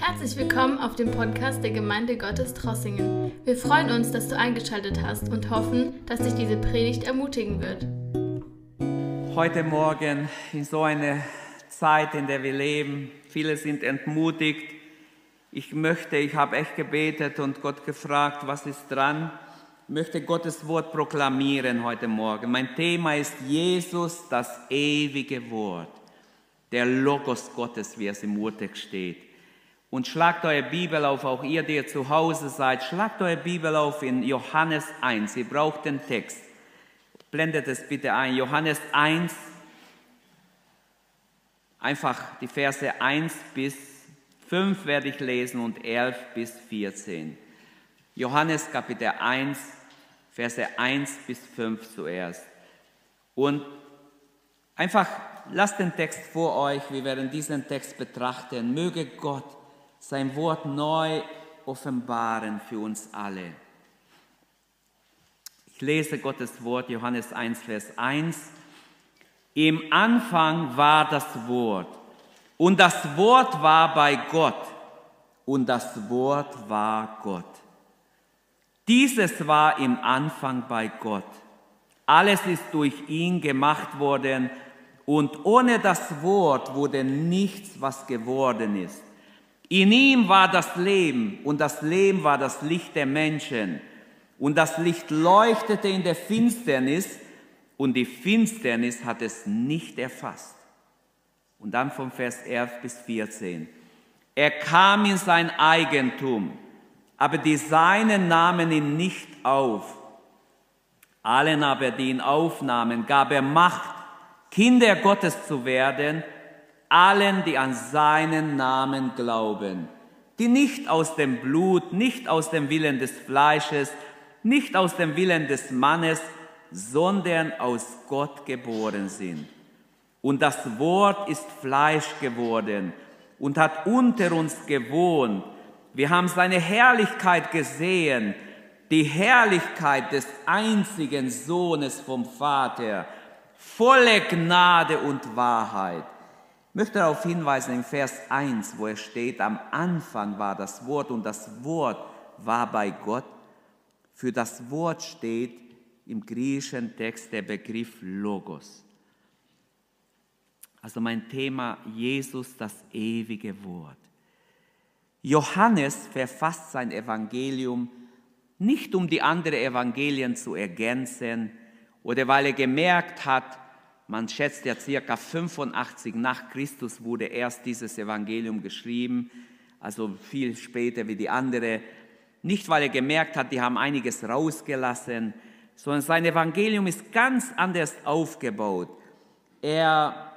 Herzlich willkommen auf dem Podcast der Gemeinde Gottes Trossingen. Wir freuen uns, dass du eingeschaltet hast und hoffen, dass dich diese Predigt ermutigen wird. Heute Morgen in so einer Zeit, in der wir leben, viele sind entmutigt. Ich habe echt gebetet und Gott gefragt, was ist dran? Ich möchte Gottes Wort proklamieren heute Morgen. Mein Thema ist Jesus, das ewige Wort, der Logos Gottes, wie es im Urtext steht. Und schlagt eure Bibel auf, auch ihr, die zu Hause seid, schlagt eure Bibel auf in Johannes 1. Ihr braucht den Text. Blendet es bitte ein. Johannes 1, einfach die Verse 1 bis 5 werde ich lesen und 11 bis 14. Johannes Kapitel 1, Verse 1 bis 5 zuerst. Und einfach lasst den Text vor euch, wir werden diesen Text betrachten. Möge Gott sein Wort neu offenbaren für uns alle. Ich lese Gottes Wort, Johannes 1, Vers 1. Im Anfang war das Wort, und das Wort war bei Gott, und das Wort war Gott. Dieses war im Anfang bei Gott. Alles ist durch ihn gemacht worden, und ohne das Wort wurde nichts, was geworden ist. In ihm war das Leben, und das Leben war das Licht der Menschen. Und das Licht leuchtete in der Finsternis, und die Finsternis hat es nicht erfasst. Und dann vom Vers 11 bis 14. Er kam in sein Eigentum, aber die Seinen nahmen ihn nicht auf. Allen aber, die ihn aufnahmen, gab er Macht, Kinder Gottes zu werden, allen, die an seinen Namen glauben, die nicht aus dem Blut, nicht aus dem Willen des Fleisches, nicht aus dem Willen des Mannes, sondern aus Gott geboren sind. Und das Wort ist Fleisch geworden und hat unter uns gewohnt. Wir haben seine Herrlichkeit gesehen, die Herrlichkeit des einzigen Sohnes vom Vater, volle Gnade und Wahrheit. Ich möchte darauf hinweisen, im Vers 1, wo es steht, am Anfang war das Wort und das Wort war bei Gott. Für das Wort steht im griechischen Text der Begriff Logos. Also mein Thema, Jesus, das ewige Wort. Johannes verfasst sein Evangelium nicht, um die anderen Evangelien zu ergänzen oder weil er gemerkt hat, man schätzt ja ca. 85 nach Christus wurde erst dieses Evangelium geschrieben, also viel später wie die anderen. Nicht, weil er gemerkt hat, die haben einiges rausgelassen, sondern sein Evangelium ist ganz anders aufgebaut. Er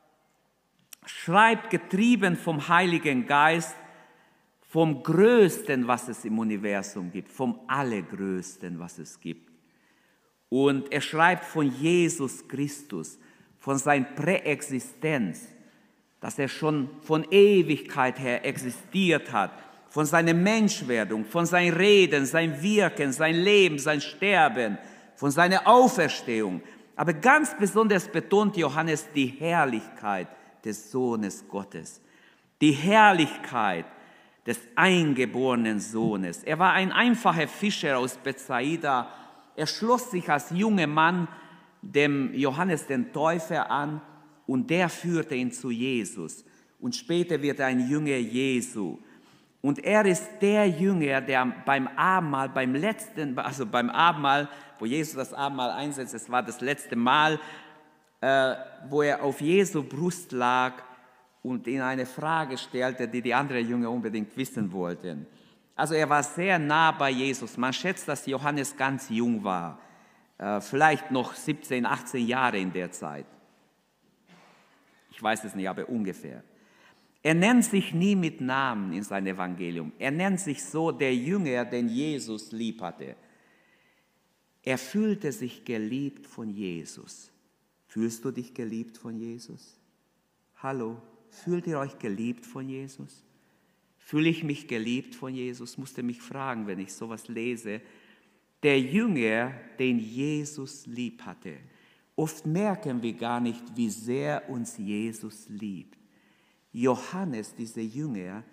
schreibt getrieben vom Heiligen Geist, vom Größten, was es im Universum gibt, vom Allergrößten, was es gibt. Und er schreibt von Jesus Christus, von seiner Präexistenz, dass er schon von Ewigkeit her existiert hat, von seiner Menschwerdung, von seinem Reden, sein Wirken, sein Leben, sein Sterben, von seiner Auferstehung. Aber ganz besonders betont Johannes die Herrlichkeit des Sohnes Gottes, die Herrlichkeit des eingeborenen Sohnes. Er war ein einfacher Fischer aus Bethsaida. Er schloss sich als junger Mann dem Johannes den Täufer an und der führte ihn zu Jesus. Und später wird er ein Jünger Jesu. Und er ist der Jünger, der beim Abendmahl, beim Abendmahl, wo Jesus das Abendmahl einsetzt, es war das letzte Mal, wo er auf Jesu Brust lag und ihn eine Frage stellte, die die anderen Jünger unbedingt wissen wollten. Also er war sehr nah bei Jesus. Man schätzt, dass Johannes ganz jung war, vielleicht noch 17, 18 Jahre in der Zeit. Ich weiß es nicht, aber ungefähr. Er nennt sich nie mit Namen in seinem Evangelium. Er nennt sich so der Jünger, den Jesus lieb hatte. Er fühlte sich geliebt von Jesus. Fühlst du dich geliebt von Jesus? Hallo, fühlt ihr euch geliebt von Jesus? Fühle ich mich geliebt von Jesus? Musste mich fragen, wenn ich sowas lese. Der Jünger, den Jesus lieb hatte. Oft merken wir gar nicht, wie sehr uns Jesus liebt. Johannes, dieser Jünger,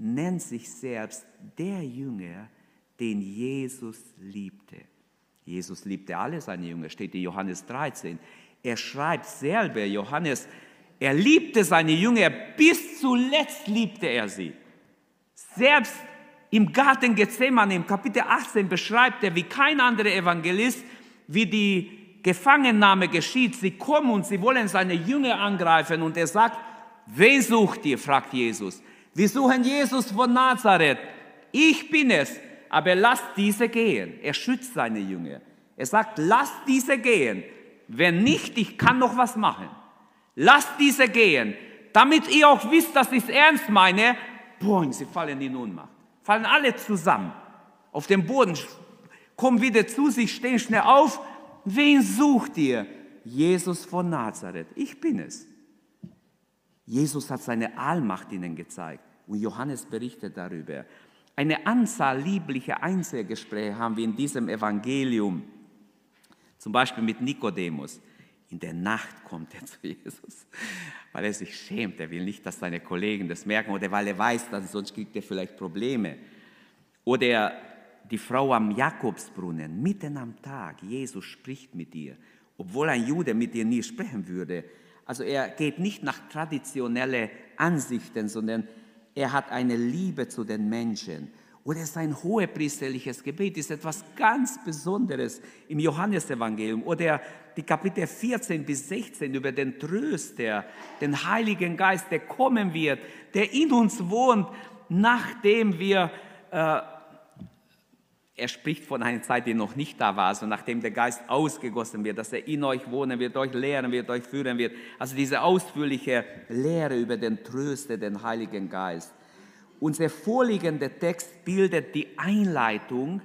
nennt sich selbst der Jünger, den Jesus liebte. Jesus liebte alle seine Jünger, steht in Johannes 13. Er schreibt selber, Johannes, er liebte seine Jünger, bis zuletzt liebte er sie. Selbst im Garten Gethsemane, im Kapitel 18, beschreibt er, wie kein anderer Evangelist, wie die Gefangennahme geschieht. Sie kommen und sie wollen seine Jünger angreifen und er sagt, wen sucht ihr, fragt Jesus. Wir suchen Jesus von Nazareth. Ich bin es, aber lasst diese gehen. Er schützt seine Jünger. Er sagt, lasst diese gehen. Wenn nicht, ich kann noch was machen. Lasst diese gehen, damit ihr auch wisst, dass ich es ernst meine. Boing, sie fallen in Ohnmacht. Fallen alle zusammen auf den Boden, kommen wieder zu sich, stehen schnell auf. Wen sucht ihr? Jesus von Nazareth. Ich bin es. Jesus hat seine Allmacht ihnen gezeigt und Johannes berichtet darüber. Eine Anzahl lieblicher Einzelgespräche haben wir in diesem Evangelium. Zum Beispiel mit Nikodemus. In der Nacht kommt er zu Jesus, weil er sich schämt. Er will nicht, dass seine Kollegen das merken oder weil er weiß, dass sonst kriegt er vielleicht Probleme. Oder die Frau am Jakobsbrunnen, mitten am Tag. Jesus spricht mit ihr, obwohl ein Jude mit ihr nie sprechen würde. Also er geht nicht nach traditionellen Ansichten, sondern er hat eine Liebe zu den Menschen. Oder sein hohepriesterliches Gebet ist etwas ganz Besonderes im Johannesevangelium. Oder die Kapitel 14 bis 16 über den Tröster, den Heiligen Geist, der kommen wird, der in uns wohnt, nachdem wir, er spricht von einer Zeit, die noch nicht da war, also nachdem der Geist ausgegossen wird, dass er in euch wohnen wird, euch lehren wird, euch führen wird. Also diese ausführliche Lehre über den Tröster, den Heiligen Geist. Unser vorliegender Text bildet die Einleitung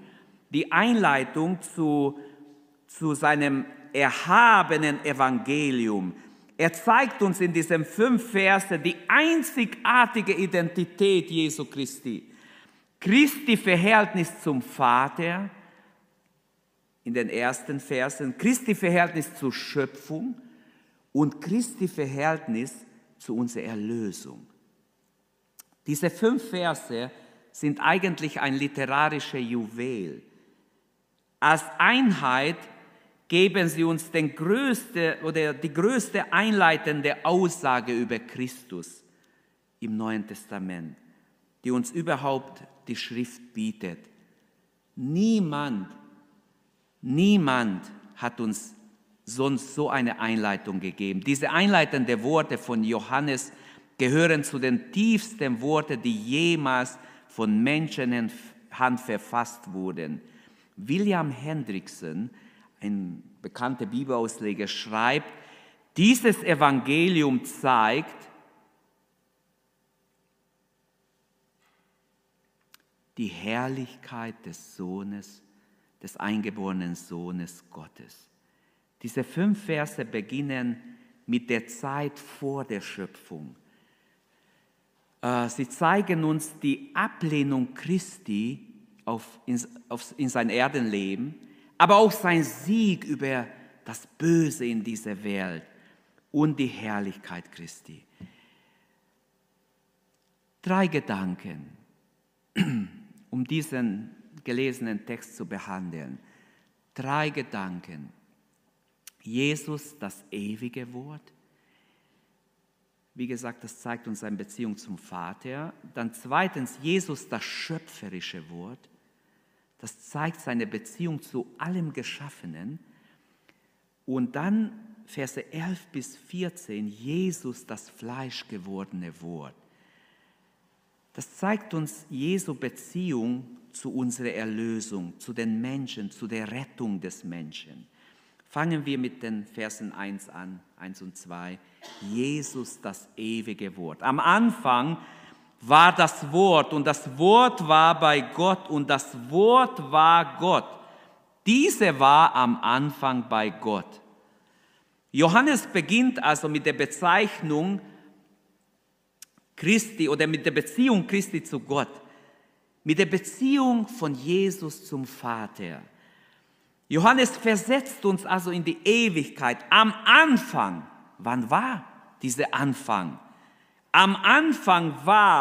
zu seinem erhabenen Evangelium. Er zeigt uns in diesen 5 Versen die einzigartige Identität Jesu Christi. Christi Verhältnis zum Vater in den ersten Versen, Christi Verhältnis zur Schöpfung und Christi Verhältnis zu unserer Erlösung. Diese 5 Verse sind eigentlich ein literarischer Juwel. Als Einheit geben sie uns die größte einleitende Aussage über Christus im Neuen Testament, die uns überhaupt die Schrift bietet. Niemand hat uns sonst so eine Einleitung gegeben. Diese einleitenden Worte von Johannes gehören zu den tiefsten Worten, die jemals von Menschenhand verfasst wurden. William Hendrickson, ein bekannter Bibelausleger, schreibt, dieses Evangelium zeigt, die Herrlichkeit des Sohnes, des eingeborenen Sohnes Gottes. Diese 5 Verse beginnen mit der Zeit vor der Schöpfung. Sie zeigen uns die Ablehnung Christi in sein Erdenleben, aber auch sein Sieg über das Böse in dieser Welt und die Herrlichkeit Christi. 3 Gedanken, um diesen gelesenen Text zu behandeln. 3 Gedanken. Jesus, das ewige Wort. Wie gesagt, das zeigt uns seine Beziehung zum Vater. Dann 2. Jesus, das schöpferische Wort. Das zeigt seine Beziehung zu allem Geschaffenen. Und dann Verse 11 bis 14, Jesus, das fleischgewordene Wort. Das zeigt uns Jesu Beziehung zu unserer Erlösung, zu den Menschen, zu der Rettung des Menschen. Fangen wir mit den Versen 1 an, 1 und 2. Jesus, das ewige Wort. Am Anfang war das Wort und das Wort war bei Gott und das Wort war Gott. Diese war am Anfang bei Gott. Johannes beginnt also mit der Bezeichnung Christi oder mit der Beziehung Christi zu Gott, mit der Beziehung von Jesus zum Vater. Johannes versetzt uns also in die Ewigkeit. Am Anfang, wann war dieser Anfang? Am Anfang war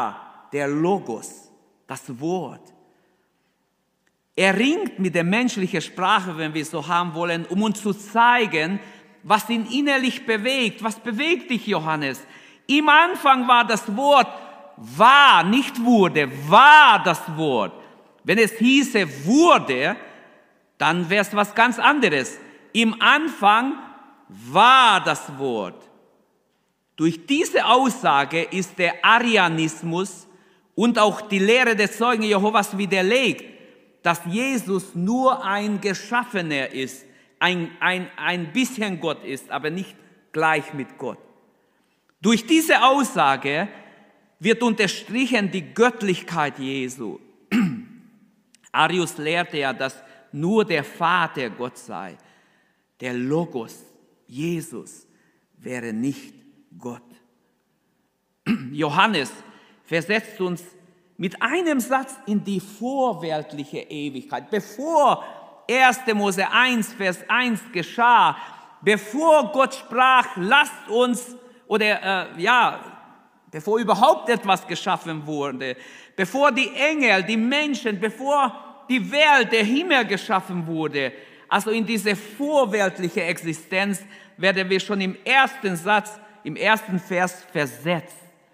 der Logos, das Wort. Er ringt mit der menschlichen Sprache, wenn wir es so haben wollen, um uns zu zeigen, was ihn innerlich bewegt. Was bewegt dich, Johannes? Im Anfang war das Wort, war, nicht wurde, war das Wort. Wenn es hieße, wurde, dann wäre es was ganz anderes. Im Anfang war das Wort. Durch diese Aussage ist der Arianismus und auch die Lehre des Zeugen Jehovas widerlegt, dass Jesus nur ein Geschaffener ist, ein bisschen Gott ist, aber nicht gleich mit Gott. Durch diese Aussage wird unterstrichen die Göttlichkeit Jesu. Arius lehrte ja, dass nur der Vater Gott sei. Der Logos, Jesus, wäre nicht Gott. Johannes versetzt uns mit einem Satz in die vorweltliche Ewigkeit. Bevor 1. Mose 1, Vers 1 geschah, bevor Gott sprach, lasst uns, bevor überhaupt etwas geschaffen wurde, bevor die Engel, die Menschen, bevor die Welt, der Himmel geschaffen wurde, also in diese vorweltliche Existenz, werden wir schon im ersten Satz, im ersten Vers versetzt.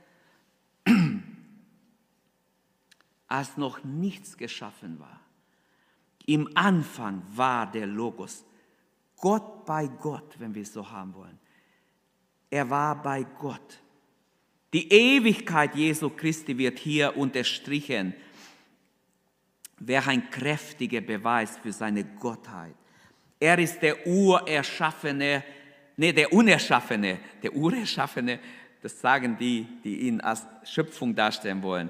Als noch nichts geschaffen war. Im Anfang war der Logos. Gott bei Gott, wenn wir es so haben wollen. Er war bei Gott. Die Ewigkeit Jesu Christi wird hier unterstrichen. Wäre ein kräftiger Beweis für seine Gottheit. Er ist der Unerschaffene, der Unerschaffene, das sagen die ihn als Schöpfung darstellen wollen.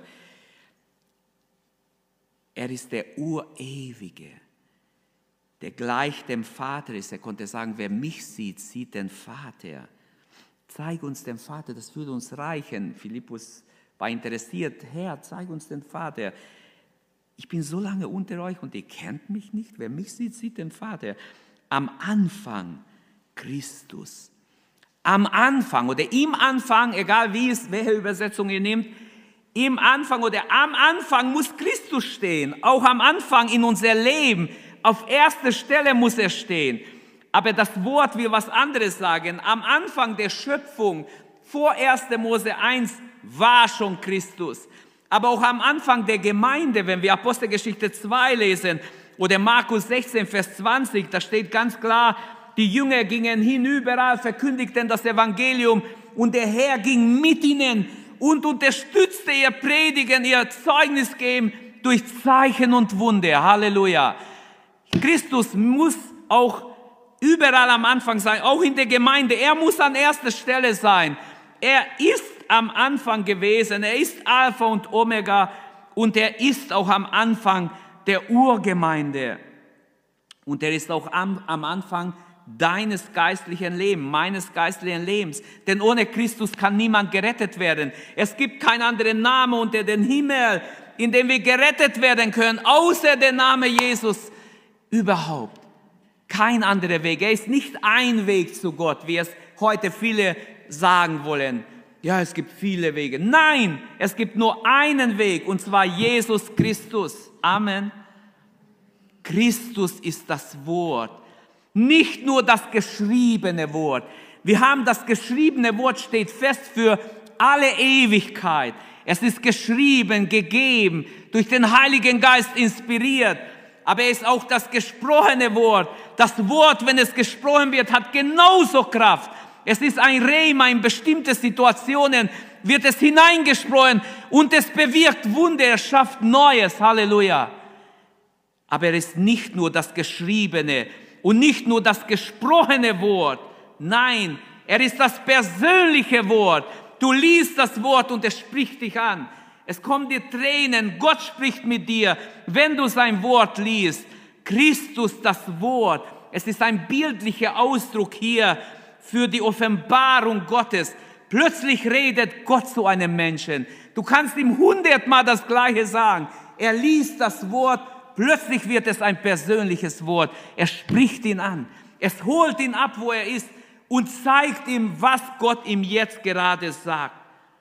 Er ist der Urewige, der gleich dem Vater ist. Er konnte sagen, wer mich sieht, sieht den Vater. Zeig uns den Vater, das würde uns reichen. Philippus war interessiert, Herr, zeig uns den Vater. Ich bin so lange unter euch und ihr kennt mich nicht. Wer mich sieht, sieht den Vater. Am Anfang Christus. Am Anfang oder im Anfang, egal welche Übersetzung ihr nehmt, im Anfang oder am Anfang muss Christus stehen. Auch am Anfang in unser Leben. Auf erster Stelle muss er stehen. Aber das Wort will was anderes sagen. Am Anfang der Schöpfung, vor 1. Mose 1, war schon Christus. Aber auch am Anfang der Gemeinde, wenn wir Apostelgeschichte 2 lesen oder Markus 16, Vers 20, da steht ganz klar, die Jünger gingen hin überall, verkündigten das Evangelium und der Herr ging mit ihnen und unterstützte ihr Predigen, ihr Zeugnis geben durch Zeichen und Wunder. Halleluja. Christus muss auch überall am Anfang sein, auch in der Gemeinde. Er muss an erster Stelle sein. Er ist am Anfang gewesen. Er ist Alpha und Omega und er ist auch am Anfang der Urgemeinde. Und er ist auch am Anfang deines geistlichen Lebens, meines geistlichen Lebens. Denn ohne Christus kann niemand gerettet werden. Es gibt keinen anderen Namen unter dem Himmel, in dem wir gerettet werden können, außer der Name Jesus. Überhaupt kein anderer Weg. Er ist nicht ein Weg zu Gott, wie es heute viele sagen wollen. Ja, es gibt viele Wege. Nein, es gibt nur einen Weg, und zwar Jesus Christus. Amen. Christus ist das Wort. Nicht nur das geschriebene Wort. Wir haben das geschriebene Wort, steht fest für alle Ewigkeit. Es ist geschrieben, gegeben, durch den Heiligen Geist inspiriert. Aber es ist auch das gesprochene Wort. Das Wort, wenn es gesprochen wird, hat genauso Kraft. Es ist ein Rema, in bestimmte Situationen wird es hineingesprochen und es bewirkt Wunder, es schafft Neues. Halleluja. Aber er ist nicht nur das geschriebene und nicht nur das gesprochene Wort. Nein, er ist das persönliche Wort. Du liest das Wort und es spricht dich an. Es kommen dir Tränen, Gott spricht mit dir, wenn du sein Wort liest. Christus, das Wort. Es ist ein bildlicher Ausdruck hier für die Offenbarung Gottes. Plötzlich redet Gott zu einem Menschen. Du kannst ihm 100-mal das Gleiche sagen. Er liest das Wort, plötzlich wird es ein persönliches Wort. Er spricht ihn an. Es holt ihn ab, wo er ist und zeigt ihm, was Gott ihm jetzt gerade sagt.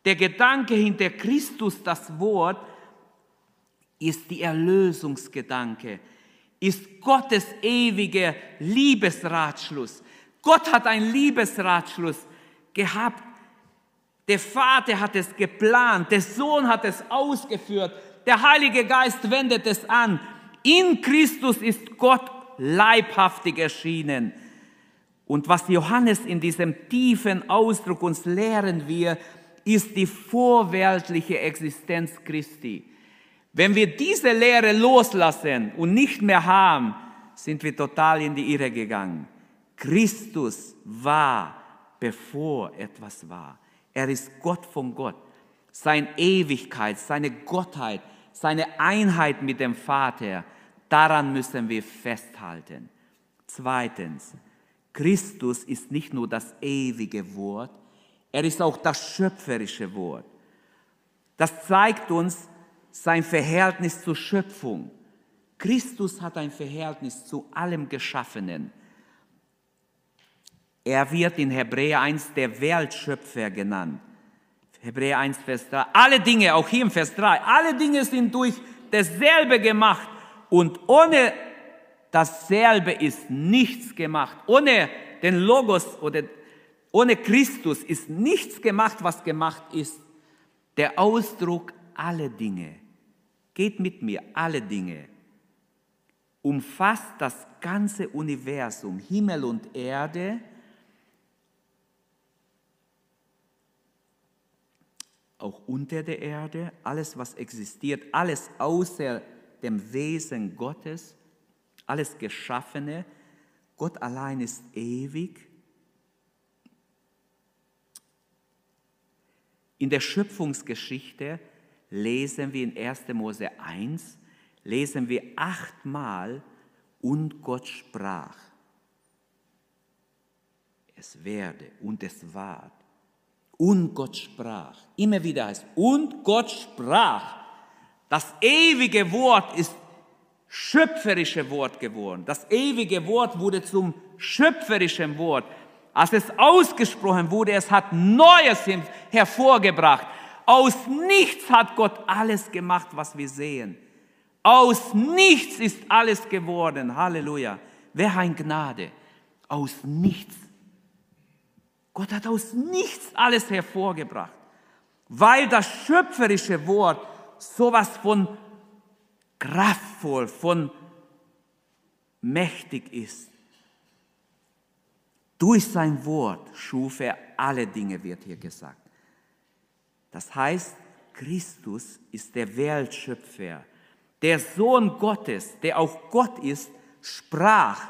der Gedanke hinter Christus, das Wort, ist die Erlösungsgedanke, ist Gottes ewiger Liebesratschluss. Gott hat einen Liebesratschluss gehabt. Der Vater hat es geplant, der Sohn hat es ausgeführt, der Heilige Geist wendet es an. In Christus ist Gott leibhaftig erschienen. Und was Johannes in diesem tiefen Ausdruck uns lehren will, ist die vorweltliche Existenz Christi. Wenn wir diese Lehre loslassen und nicht mehr haben, sind wir total in die Irre gegangen. Christus war, bevor etwas war. Er ist Gott von Gott. Seine Ewigkeit, seine Gottheit, seine Einheit mit dem Vater, daran müssen wir festhalten. Zweitens, Christus ist nicht nur das ewige Wort, er ist auch das schöpferische Wort. Das zeigt uns sein Verhältnis zur Schöpfung. Christus hat ein Verhältnis zu allem Geschaffenen. Er wird in Hebräer 1 der Weltschöpfer genannt. Hebräer 1, Vers 3. Alle Dinge, auch hier im Vers 3, alle Dinge sind durch dasselbe gemacht. Und ohne dasselbe ist nichts gemacht. Ohne den Logos oder ohne Christus ist nichts gemacht, was gemacht ist. Der Ausdruck alle Dinge, geht mit mir, alle Dinge, umfasst das ganze Universum, Himmel und Erde, auch unter der Erde, alles, was existiert, alles außer dem Wesen Gottes, alles Geschaffene. Gott allein ist ewig. In der Schöpfungsgeschichte lesen wir in 1. Mose 1, lesen wir 8-mal, und Gott sprach. Es werde und es ward. Und Gott sprach. Immer wieder heißt, und Gott sprach. Das ewige Wort ist schöpferische Wort geworden. Das ewige Wort wurde zum schöpferischen Wort. Als es ausgesprochen wurde, es hat Neues hervorgebracht. Aus nichts hat Gott alles gemacht, was wir sehen. Aus nichts ist alles geworden. Halleluja. Wer hat Gnade? Aus nichts. Gott hat aus nichts alles hervorgebracht. Weil das schöpferische Wort sowas von kraftvoll, von mächtig ist. Durch sein Wort schuf er alle Dinge, wird hier gesagt. Das heißt, Christus ist der Weltschöpfer, der Sohn Gottes, der auch Gott ist, sprach,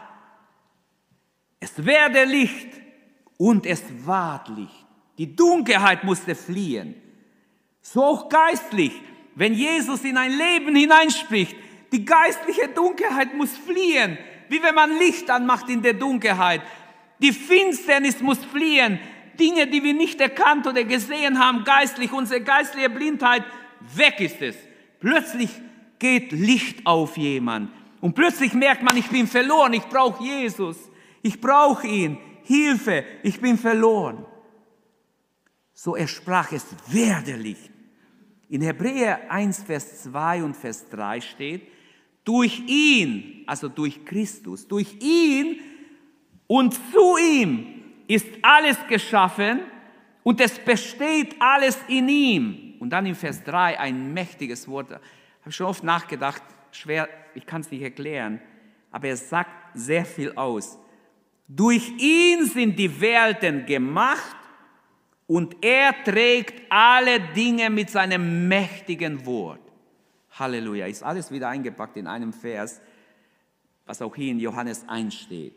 es werde Licht und es ward Licht. Die Dunkelheit musste fliehen. So auch geistlich, wenn Jesus in ein Leben hineinspricht, die geistliche Dunkelheit muss fliehen, wie wenn man Licht anmacht in der Dunkelheit. Die Finsternis muss fliehen. Dinge, die wir nicht erkannt oder gesehen haben, geistlich, unsere geistliche Blindheit, weg ist es. Plötzlich geht Licht auf jemand. Und plötzlich merkt man, ich bin verloren, ich brauche Jesus. Ich brauche ihn. Hilfe, ich bin verloren. So er sprach, es werde Licht. In Hebräer 1, Vers 2 und Vers 3 steht, durch ihn, also durch Christus, durch ihn und zu ihm ist alles geschaffen und es besteht alles in ihm. Und dann in Vers 3 ein mächtiges Wort, habe ich schon oft nachgedacht, schwer, ich kann es nicht erklären, aber es sagt sehr viel aus. Durch ihn sind die Welten gemacht und er trägt alle Dinge mit seinem mächtigen Wort. Halleluja, ist alles wieder eingepackt in einem Vers, was auch hier in Johannes 1 steht.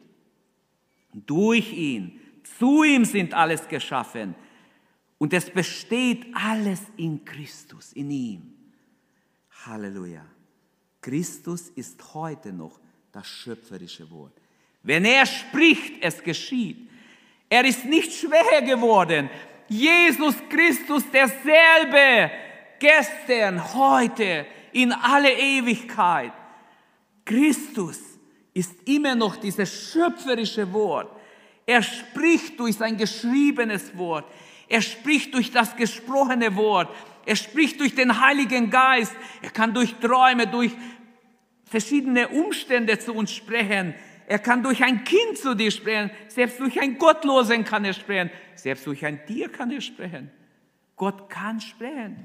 Durch ihn, zu ihm sind alles geschaffen und es besteht alles in Christus, in ihm. Halleluja. Christus ist heute noch das schöpferische Wort. Wenn er spricht, es geschieht. Er ist nicht schwächer geworden. Jesus Christus derselbe, gestern, heute, in alle Ewigkeit. Christus ist immer noch dieses schöpferische Wort. Er spricht durch sein geschriebenes Wort. Er spricht durch das gesprochene Wort. Er spricht durch den Heiligen Geist. Er kann durch Träume, durch verschiedene Umstände zu uns sprechen. Er kann durch ein Kind zu dir sprechen. Selbst durch einen Gottlosen kann er sprechen. Selbst durch ein Tier kann er sprechen. Gott kann sprechen.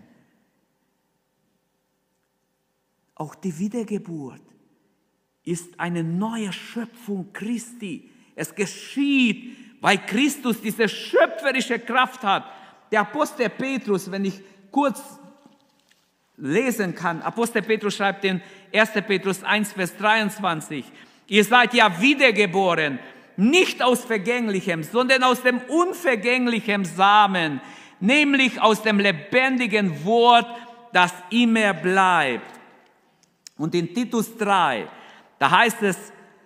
Auch die Wiedergeburt ist eine neue Schöpfung Christi. Es geschieht, weil Christus diese schöpferische Kraft hat. Der Apostel Petrus, wenn ich kurz lesen kann, Apostel Petrus schreibt in 1. Petrus 1, Vers 23, ihr seid ja wiedergeboren, nicht aus vergänglichem, sondern aus dem unvergänglichen Samen, nämlich aus dem lebendigen Wort, das immer bleibt. Und in Titus 3, da heißt es,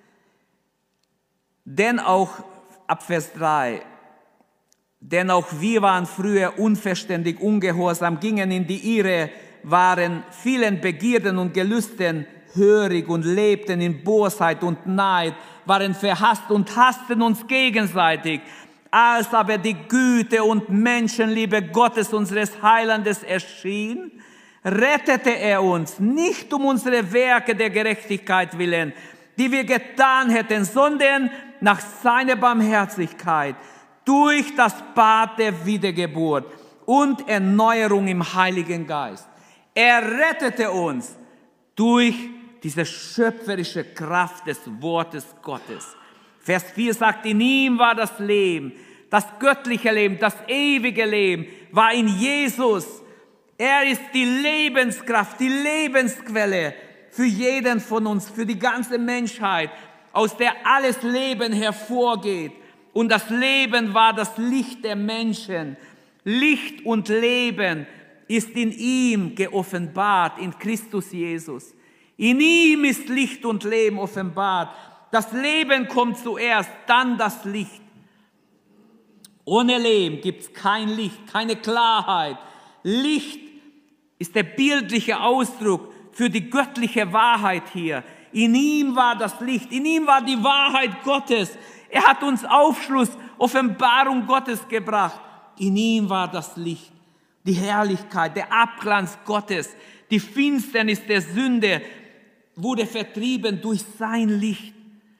denn auch, ab Vers 3, denn auch wir waren früher unverständig, ungehorsam, gingen in die Irre, waren vielen Begierden und Gelüsten hörig und lebten in Bosheit und Neid, waren verhasst und hassten uns gegenseitig. Als aber die Güte und Menschenliebe Gottes, unseres Heilandes, erschien, rettete er uns, nicht um unsere Werke der Gerechtigkeit willen, die wir getan hätten, sondern nach seiner Barmherzigkeit, durch das Bad der Wiedergeburt und Erneuerung im Heiligen Geist. Er rettete uns durch diese schöpferische Kraft des Wortes Gottes. Vers 4 sagt, in ihm war das Leben, das göttliche Leben, das ewige Leben, war in Jesus. Er ist die Lebenskraft, die Lebensquelle für jeden von uns, für die ganze Menschheit, aus der alles Leben hervorgeht. Und das Leben war das Licht der Menschen. Licht und Leben ist in ihm geoffenbart, in Christus Jesus. In ihm ist Licht und Leben offenbart. Das Leben kommt zuerst, dann das Licht. Ohne Leben gibt es kein Licht, keine Klarheit. Licht ist der bildliche Ausdruck für die göttliche Wahrheit hier. In ihm war das Licht, in ihm war die Wahrheit Gottes. Er hat uns Aufschluss, Offenbarung Gottes gebracht. In ihm war das Licht, die Herrlichkeit, der Abglanz Gottes, die Finsternis der Sünde wurde vertrieben durch sein Licht.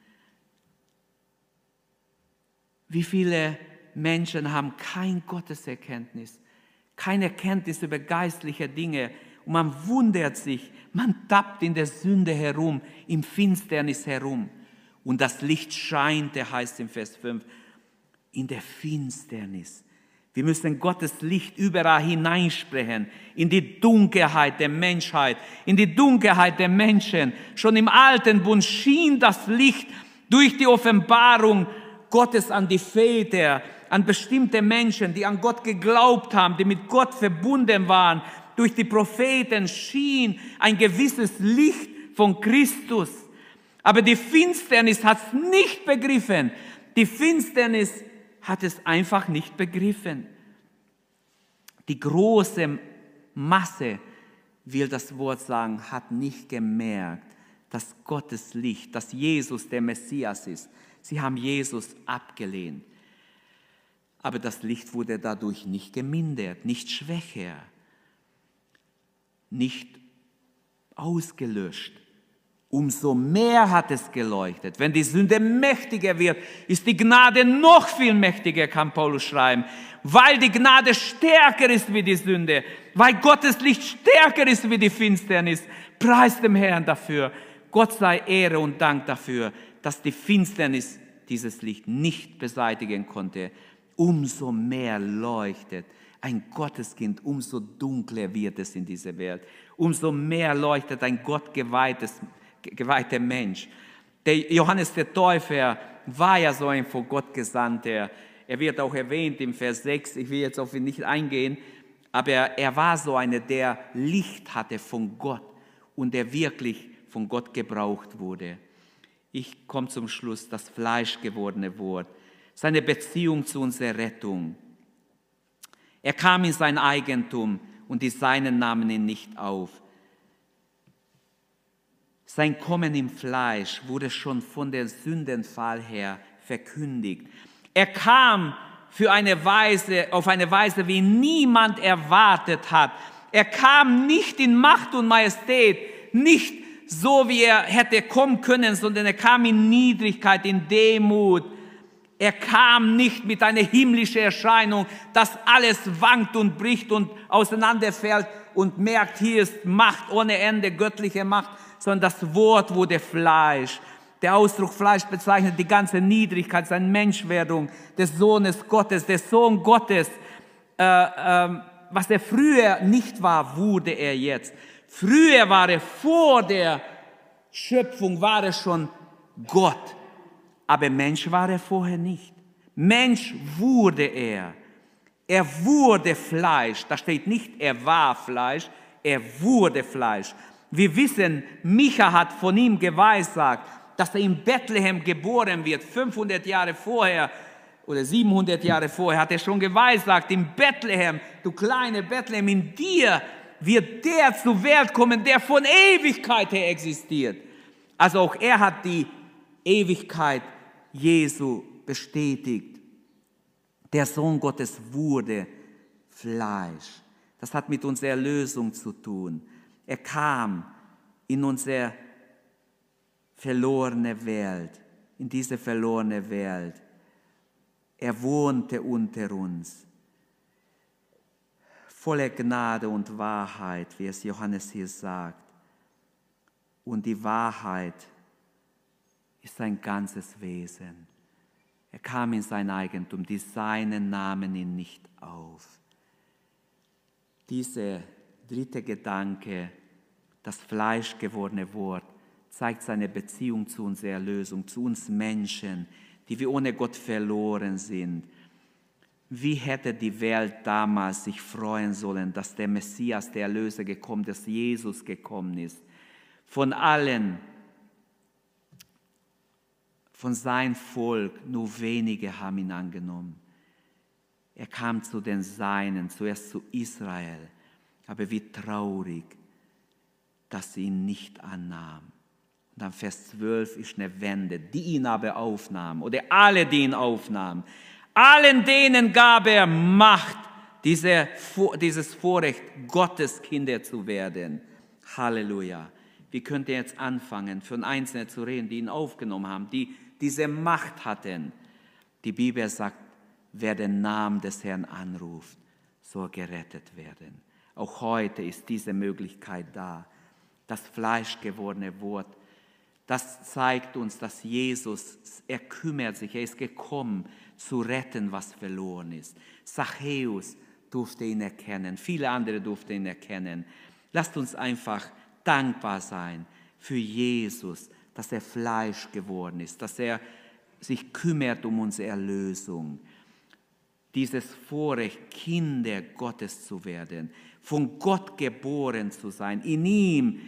Wie viele Menschen haben kein Gotteserkenntnis, keine Erkenntnis über geistliche Dinge und man wundert sich, man tappt in der Sünde herum, im Finsternis herum. Und das Licht scheinte, heißt im Vers 5, in der Finsternis. Wir müssen Gottes Licht überall hineinsprechen, in die Dunkelheit der Menschheit, in die Dunkelheit der Menschen. Schon im Alten Bund schien das Licht durch die Offenbarung Gottes an die Väter, an bestimmte Menschen, die an Gott geglaubt haben, die mit Gott verbunden waren. Durch die Propheten schien ein gewisses Licht von Christus. Aber die Finsternis hat es nicht begriffen. Die Finsternis hat es einfach nicht begriffen. Die große Masse, will das Wort sagen, hat nicht gemerkt, dass Gottes Licht, dass Jesus der Messias ist. Sie haben Jesus abgelehnt. Aber das Licht wurde dadurch nicht gemindert, nicht schwächer, nicht ausgelöscht. Umso mehr hat es geleuchtet. Wenn die Sünde mächtiger wird, ist die Gnade noch viel mächtiger, kann Paulus schreiben. Weil die Gnade stärker ist wie die Sünde, weil Gottes Licht stärker ist wie die Finsternis. Preis dem Herrn dafür. Gott sei Ehre und Dank dafür, dass die Finsternis dieses Licht nicht beseitigen konnte. Umso mehr leuchtet ein Gotteskind, umso dunkler wird es in dieser Welt. Umso mehr leuchtet ein gottgeweihter Mensch. Der Johannes der Täufer war ja so ein von Gott Gesandter. Er wird auch erwähnt im Vers 6, ich will jetzt auf ihn nicht eingehen, aber er war so einer, der Licht hatte von Gott und der wirklich von Gott gebraucht wurde. Ich komme zum Schluss, das fleischgewordene Wort, seine Beziehung zu unserer Rettung. Er kam in sein Eigentum und die Seinen nahmen ihn nicht auf. Sein Kommen im Fleisch wurde schon von der Sündenfall her verkündigt. Er kam auf eine Weise, wie niemand erwartet hat. Er kam nicht in Macht und Majestät, nicht so, wie er hätte kommen können, sondern er kam in Niedrigkeit, in Demut. Er kam nicht mit einer himmlischen Erscheinung, dass alles wankt und bricht und auseinanderfällt und merkt, hier ist Macht ohne Ende, göttliche Macht, sondern das Wort wurde Fleisch. Der Ausdruck Fleisch bezeichnet die ganze Niedrigkeit, seine Menschwerdung des Sohnes Gottes, des Sohn Gottes. Was er früher nicht war, wurde er jetzt. Früher war er, vor der Schöpfung war er schon Gott. Aber Mensch war er vorher nicht. Mensch wurde er. Er wurde Fleisch. Da steht nicht, er war Fleisch, er wurde Fleisch. Wir wissen, Micha hat von ihm geweissagt, dass er in Bethlehem geboren wird. 500 Jahre vorher oder 700 Jahre vorher hat er schon geweissagt, in Bethlehem, du kleine Bethlehem, in dir wird der zur Welt kommen, der von Ewigkeit her existiert. Also auch er hat die Ewigkeit Jesu bestätigt. Der Sohn Gottes wurde Fleisch. Das hat mit unserer Erlösung zu tun. Er kam in unsere verlorene Welt, in diese verlorene Welt. Er wohnte unter uns. Voller Gnade und Wahrheit, wie es Johannes hier sagt. Und die Wahrheit ist sein ganzes Wesen. Er kam in sein Eigentum, die Seinen nahmen ihn nicht auf. Dieser dritte Gedanke, das fleischgewordene Wort, zeigt seine Beziehung zu unserer Erlösung, zu uns Menschen, die wir ohne Gott verloren sind. Wie hätte die Welt damals sich freuen sollen, dass der Messias, der Erlöser gekommen ist, dass Jesus gekommen ist. Von allen, von seinem Volk, nur wenige haben ihn angenommen. Er kam zu den Seinen, zuerst zu Israel, aber wie traurig, dass sie ihn nicht annahmen. Und dann Vers 12 ist eine Wende, die ihn aber aufnahmen, oder alle, die ihn aufnahmen. Allen denen gab er Macht, dieses Vorrecht, Gottes Kinder zu werden. Halleluja. Wie könnt ihr jetzt anfangen, von Einzelnen zu reden, die ihn aufgenommen haben, die diese Macht hatten? Die Bibel sagt, wer den Namen des Herrn anruft, soll gerettet werden. Auch heute ist diese Möglichkeit da. Das fleischgewordene Wort, das zeigt uns, dass Jesus, er kümmert sich, er ist gekommen, zu retten, was verloren ist. Zachäus durfte ihn erkennen, viele andere durften ihn erkennen. Lasst uns einfach dankbar sein für Jesus, dass er Fleisch geworden ist, dass er sich kümmert um unsere Erlösung. Dieses Vorrecht, Kinder Gottes zu werden, von Gott geboren zu sein, in ihm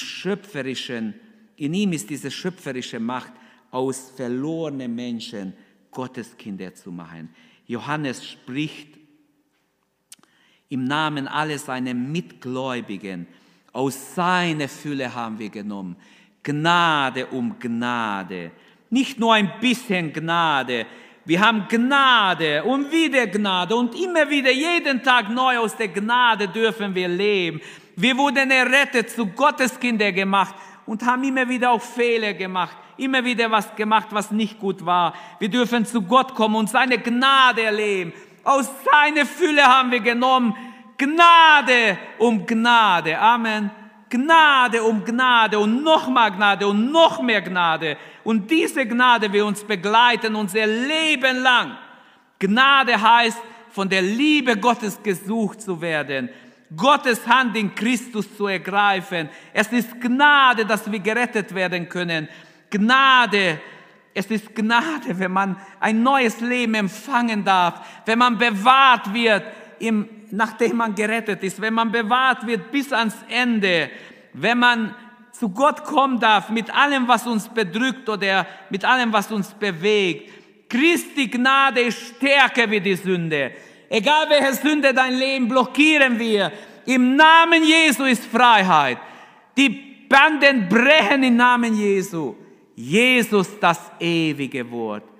ist diese schöpferische Macht, aus verlorenen Menschen Gottes Kinder zu machen. Johannes spricht im Namen aller seiner Mitgläubigen, aus seiner Fülle haben wir genommen, Gnade um Gnade, nicht nur ein bisschen Gnade, wir haben Gnade und wieder Gnade und immer wieder, jeden Tag neu aus der Gnade dürfen wir leben. Wir wurden errettet, zu Gottes Kinder gemacht und haben immer wieder auch Fehler gemacht, immer wieder was gemacht, was nicht gut war. Wir dürfen zu Gott kommen und seine Gnade erleben. Aus seiner Fülle haben wir genommen, Gnade um Gnade. Amen. Gnade um Gnade und nochmal Gnade und noch mehr Gnade. Und diese Gnade will uns begleiten unser Leben lang. Gnade heißt, von der Liebe Gottes gesucht zu werden, Gottes Hand in Christus zu ergreifen. Es ist Gnade, dass wir gerettet werden können. Gnade, es ist Gnade, wenn man ein neues Leben empfangen darf, wenn man bewahrt wird, nachdem man gerettet ist, wenn man bewahrt wird bis ans Ende, wenn man zu Gott kommen darf mit allem, was uns bedrückt oder mit allem, was uns bewegt. Christi Gnade ist stärker wie die Sünde. Egal welche Sünde dein Leben, blockieren wir. Im Namen Jesu ist Freiheit. Die Banden brechen im Namen Jesu. Jesus, das ewige Wort.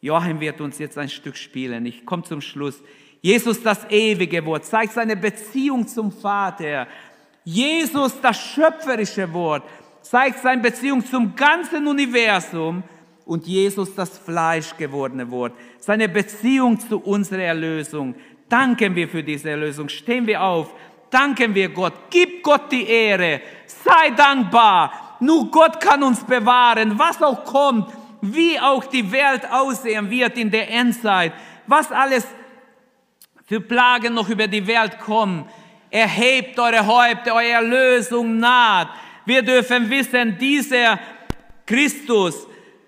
Joachim wird uns jetzt ein Stück spielen. Ich komme zum Schluss. Jesus, das ewige Wort, zeigt seine Beziehung zum Vater. Jesus, das schöpferische Wort, zeigt seine Beziehung zum ganzen Universum. Und Jesus, das fleischgewordene Wort, seine Beziehung zu unserer Erlösung. Danken wir für diese Erlösung. Stehen wir auf. Danken wir Gott. Gib Gott die Ehre. Sei dankbar. Nur Gott kann uns bewahren, was auch kommt, wie auch die Welt aussehen wird in der Endzeit, was alles für Plagen noch über die Welt kommen. Erhebt eure Häupter, eure Erlösung naht. Wir dürfen wissen, dieser Christus,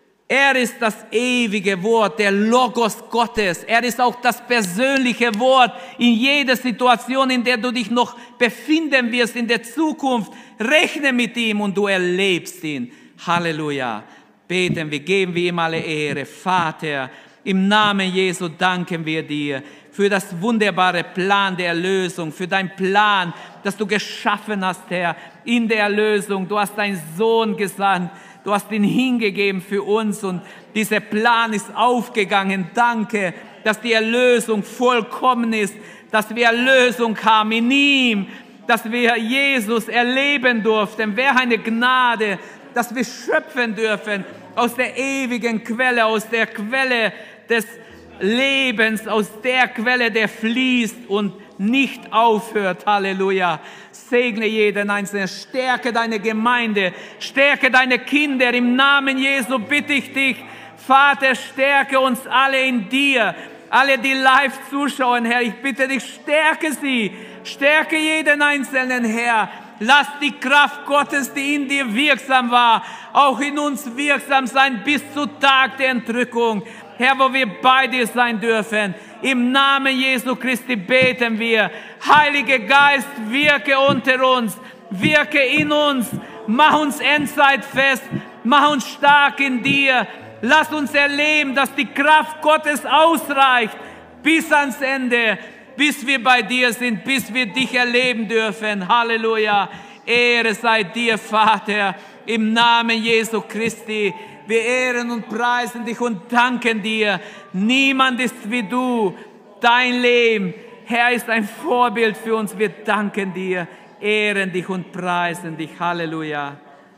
er ist das ewige Wort, der Logos Gottes. Er ist auch das persönliche Wort in jeder Situation, in der du dich noch befinden wirst in der Zukunft. Rechne mit ihm und du erlebst ihn. Halleluja. Beten wir, geben wir ihm alle Ehre. Vater, im Namen Jesu danken wir dir für das wunderbare Plan der Erlösung, für deinen Plan, das du geschaffen hast, Herr, in der Erlösung. Du hast deinen Sohn gesandt, du hast ihn hingegeben für uns und dieser Plan ist aufgegangen. Danke, dass die Erlösung vollkommen ist, dass wir Erlösung haben in ihm, dass wir Jesus erleben durften. Wäre eine Gnade, dass wir schöpfen dürfen aus der ewigen Quelle, aus der Quelle des Lebens, aus der Quelle, der fließt und nicht aufhört. Halleluja. Segne jeden Einzelnen, stärke deine Gemeinde, stärke deine Kinder. Im Namen Jesu bitte ich dich, Vater, stärke uns alle in dir. Alle, die live zuschauen, Herr, ich bitte dich, stärke sie, stärke jeden Einzelnen, Herr. Lass die Kraft Gottes, die in dir wirksam war, auch in uns wirksam sein bis zu Tag der Entrückung. Herr, wo wir bei dir sein dürfen. Im Namen Jesu Christi beten wir. Heiliger Geist, wirke unter uns, wirke in uns, mach uns endzeitfest, mach uns stark in dir. Lass uns erleben, dass die Kraft Gottes ausreicht bis ans Ende, bis wir bei dir sind, bis wir dich erleben dürfen. Halleluja. Ehre sei dir, Vater, im Namen Jesu Christi. Wir ehren und preisen dich und danken dir. Niemand ist wie du. Dein Leben, Herr, ist ein Vorbild für uns. Wir danken dir, ehren dich und preisen dich. Halleluja.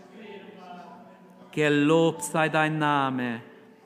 Gelobt sei dein Name.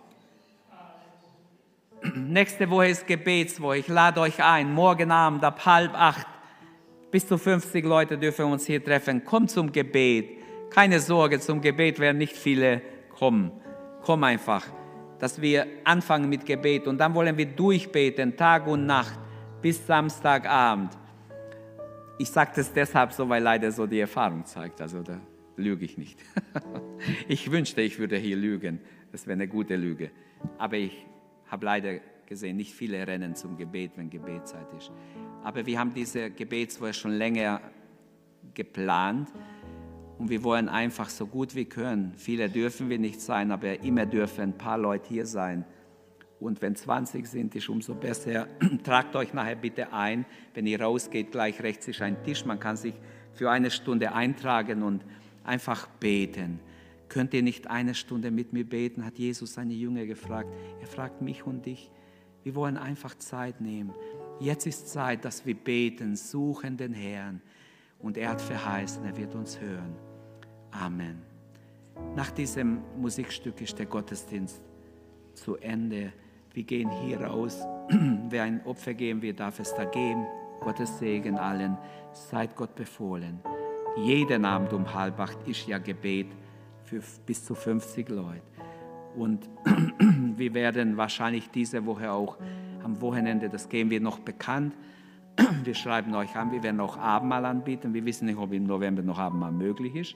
Nächste Woche ist Gebetswoche. Ich lade euch ein, morgen Abend ab 7:30. Bis zu 50 Leute dürfen uns hier treffen. Kommt zum Gebet. Keine Sorge, zum Gebet werden nicht viele kommen. Komm einfach, dass wir anfangen mit Gebet. Und dann wollen wir durchbeten, Tag und Nacht, bis Samstagabend. Ich sage das deshalb so, weil leider so die Erfahrung zeigt. Also da lüge ich nicht. Ich wünschte, ich würde hier lügen. Das wäre eine gute Lüge. Aber ich habe leider gesehen, nicht viele rennen zum Gebet, wenn Gebetszeit ist. Aber wir haben diese Gebetswoche schon länger geplant und wir wollen einfach so gut wie können. Viele dürfen wir nicht sein, aber immer dürfen ein paar Leute hier sein. Und wenn 20 sind, ist umso besser. Tragt euch nachher bitte ein. Wenn ihr rausgeht, gleich rechts ist ein Tisch. Man kann sich für eine Stunde eintragen und einfach beten. Könnt ihr nicht eine Stunde mit mir beten, hat Jesus seine Jünger gefragt. Er fragt mich und dich. Wir wollen einfach Zeit nehmen. Jetzt ist Zeit, dass wir beten, suchen den Herrn. Und er hat verheißen, er wird uns hören. Amen. Nach diesem Musikstück ist der Gottesdienst zu Ende. Wir gehen hier raus. Wer ein Opfer geben will, darf es da geben. Gottes Segen allen. Seid Gott befohlen. Jeden Abend um 7:30 ist ja Gebet für bis zu 50 Leute. Und wir werden wahrscheinlich diese Woche auch am Wochenende, das geben wir noch bekannt, wir schreiben euch an, wir werden auch Abendmahl anbieten. Wir wissen nicht, ob im November noch Abendmahl möglich ist.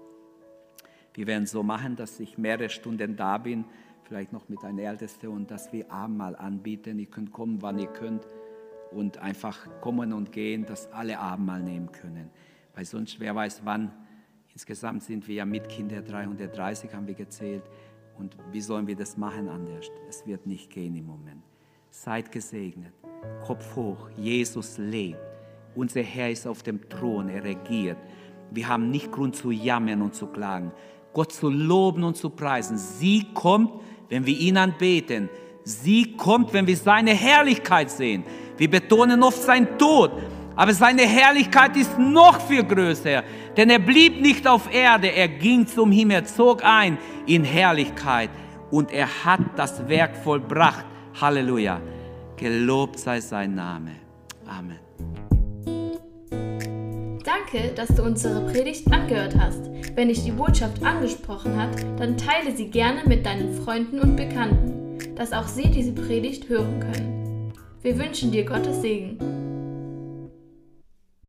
Wir werden so machen, dass ich mehrere Stunden da bin, vielleicht noch mit einem Ältesten, und dass wir Abendmahl anbieten. Ihr könnt kommen, wann ihr könnt, und einfach kommen und gehen, dass alle Abendmahl nehmen können. Weil sonst, wer weiß wann. Insgesamt sind wir ja mit Kindern 330, haben wir gezählt. Und wie sollen wir das machen anders? Es wird nicht gehen im Moment. Seid gesegnet. Kopf hoch. Jesus lebt. Unser Herr ist auf dem Thron. Er regiert. Wir haben nicht Grund zu jammern und zu klagen. Gott zu loben und zu preisen. Sie kommt, wenn wir ihn anbeten. Sieg kommt, wenn wir seine Herrlichkeit sehen. Wir betonen oft seinen Tod, aber seine Herrlichkeit ist noch viel größer, denn er blieb nicht auf Erde, er ging zum Himmel, er zog ein in Herrlichkeit und er hat das Werk vollbracht. Halleluja. Gelobt sei sein Name. Amen. Danke, dass du unsere Predigt angehört hast. Wenn dich die Botschaft angesprochen hat, dann teile sie gerne mit deinen Freunden und Bekannten, dass auch sie diese Predigt hören können. Wir wünschen dir Gottes Segen.